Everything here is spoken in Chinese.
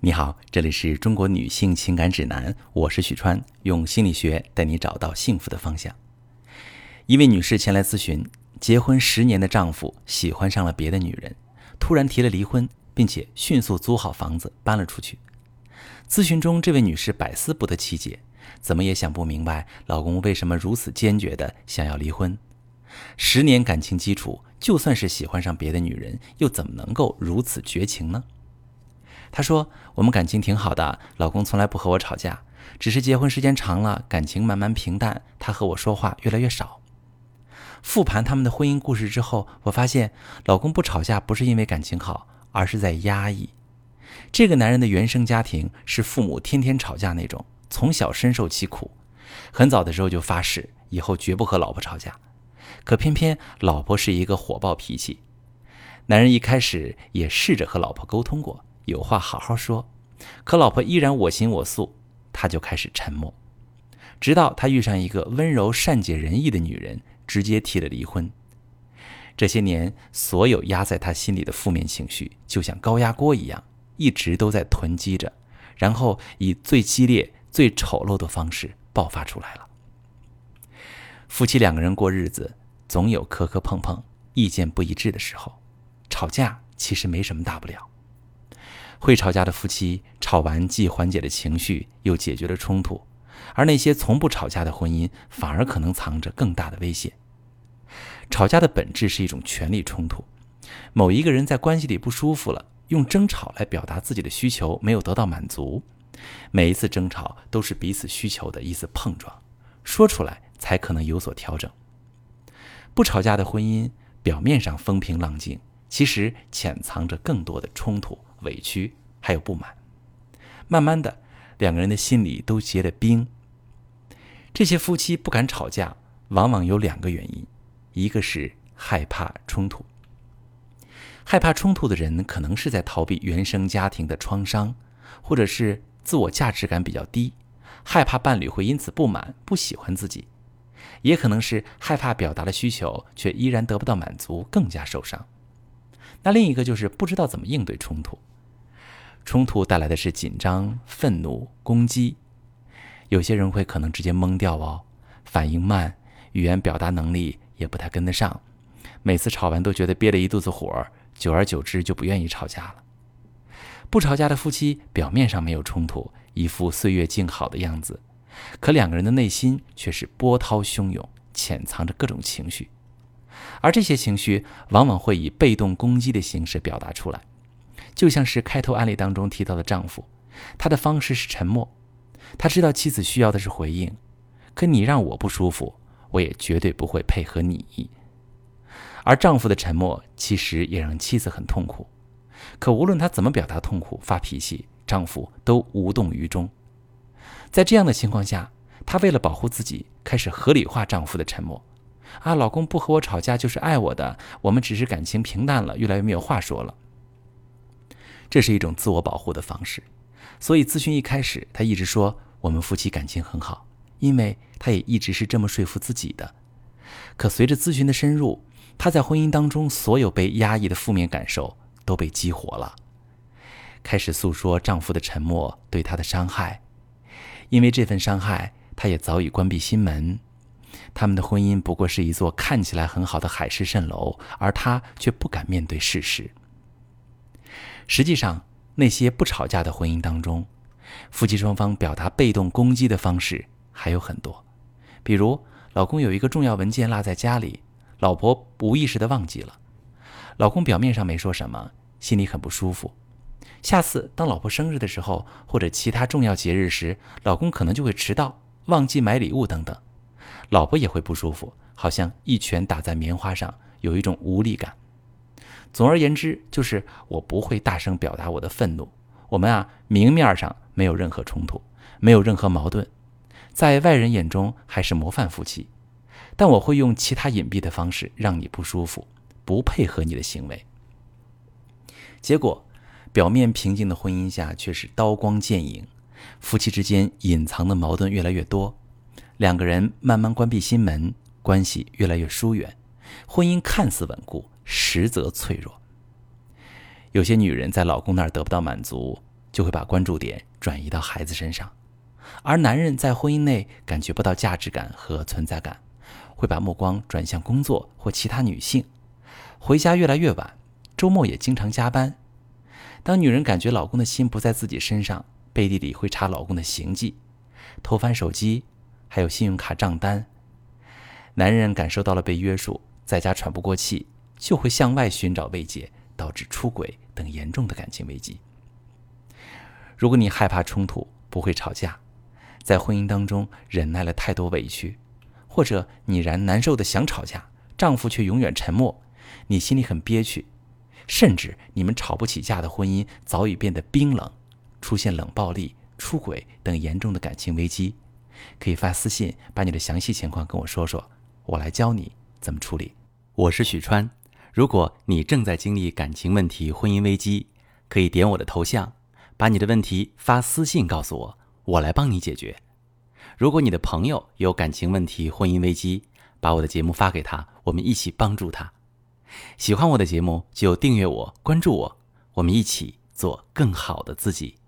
你好，这里是中国女性情感指南，我是许川，用心理学带你找到幸福的方向。一位女士前来咨询，结婚10年的丈夫喜欢上了别的女人，突然提了离婚，并且迅速租好房子搬了出去。咨询中，这位女士百思不得其解，怎么也想不明白老公为什么如此坚决地想要离婚。10年感情基础，就算是喜欢上别的女人，又怎么能够如此绝情呢？她说，我们感情挺好的，老公从来不和我吵架，只是结婚时间长了，感情慢慢平淡，他和我说话越来越少。复盘他们的婚姻故事之后，我发现老公不吵架不是因为感情好，而是在压抑。这个男人的原生家庭是父母天天吵架那种，从小深受其苦，很早的时候就发誓以后绝不和老婆吵架，可偏偏老婆是一个火爆脾气。男人一开始也试着和老婆沟通过，有话好好说，可老婆依然我行我素，他就开始沉默，直到他遇上一个温柔善解人意的女人，直接提了离婚。这些年，所有压在他心里的负面情绪就像高压锅一样，一直都在囤积着，然后以最激烈、最丑陋的方式爆发出来了。夫妻2个人过日子，总有磕磕碰碰、意见不一致的时候，吵架其实没什么大不了。会吵架的夫妻，吵完既缓解了情绪，又解决了冲突，而那些从不吵架的婚姻，反而可能藏着更大的危险。吵架的本质是一种权力冲突，某一个人在关系里不舒服了，用争吵来表达自己的需求没有得到满足，每一次争吵都是彼此需求的一次碰撞，说出来才可能有所调整。不吵架的婚姻，表面上风平浪静，其实潜藏着更多的冲突、委屈还有不满。慢慢的，2个人的心里都结了冰。这些夫妻不敢吵架，往往有2个原因，一个是害怕冲突。害怕冲突的人可能是在逃避原生家庭的创伤，或者是自我价值感比较低，害怕伴侣会因此不满，不喜欢自己，也可能是害怕表达了需求却依然得不到满足，更加受伤。那另一个就是不知道怎么应对冲突。冲突带来的是紧张、愤怒、攻击，有些人会可能直接懵掉哦，反应慢，语言表达能力也不太跟得上，每次吵完都觉得憋了一肚子火，久而久之就不愿意吵架了。不吵架的夫妻表面上没有冲突，一副岁月静好的样子，可2个人的内心却是波涛汹涌，潜藏着各种情绪，而这些情绪往往会以被动攻击的形式表达出来。就像是开头案例当中提到的丈夫，他的方式是沉默，他知道妻子需要的是回应，可你让我不舒服，我也绝对不会配合你。而丈夫的沉默其实也让妻子很痛苦，可无论他怎么表达痛苦、发脾气，丈夫都无动于衷。在这样的情况下，她为了保护自己，开始合理化丈夫的沉默。老公不和我吵架就是爱我的，我们只是感情平淡了，越来越没有话说了。这是一种自我保护的方式，所以咨询一开始，她一直说我们夫妻感情很好，因为她也一直是这么说服自己的。可随着咨询的深入，她在婚姻当中所有被压抑的负面感受都被激活了，开始诉说丈夫的沉默对她的伤害。因为这份伤害，她也早已关闭心门。他们的婚姻不过是一座看起来很好的海市蜃楼，而她却不敢面对事实。实际上，那些不吵架的婚姻当中，夫妻双方表达被动攻击的方式还有很多。比如，老公有一个重要文件落在家里，老婆无意识地忘记了。老公表面上没说什么，心里很不舒服。下次当老婆生日的时候，或者其他重要节日时，老公可能就会迟到，忘记买礼物等等。老婆也会不舒服，好像一拳打在棉花上，有一种无力感。总而言之，就是我不会大声表达我的愤怒，我们明面上没有任何冲突，没有任何矛盾，在外人眼中还是模范夫妻，但我会用其他隐蔽的方式让你不舒服，不配合你的行为。结果表面平静的婚姻下却是刀光剑影，夫妻之间隐藏的矛盾越来越多，2个人慢慢关闭心门，关系越来越疏远，婚姻看似稳固，实则脆弱。有些女人在老公那儿得不到满足， 就会把关注点转移到孩子身上，而男人在婚姻内感觉不到价值感和存在感，会把目光转向工作或其他女性，回家越来越晚，周末也经常加班。当女人感觉老公的心不在自己身上，背地里会查老公的行迹，偷翻手机，还有信用卡账单。男人感受到了被约束，在家喘不过气，就会向外寻找慰藉，导致出轨等严重的感情危机。如果你害怕冲突，不会吵架，在婚姻当中忍耐了太多委屈，或者你难受的想吵架，丈夫却永远沉默，你心里很憋屈，甚至你们吵不起架的婚姻早已变得冰冷，出现冷暴力、出轨等严重的感情危机，可以发私信把你的详细情况跟我说说，我来教你怎么处理。 我是许川，如果你正在经历感情问题、婚姻危机，可以点我的头像，把你的问题发私信告诉我，我来帮你解决。如果你的朋友有感情问题、婚姻危机，把我的节目发给他，我们一起帮助他。喜欢我的节目就订阅我、关注我，我们一起做更好的自己。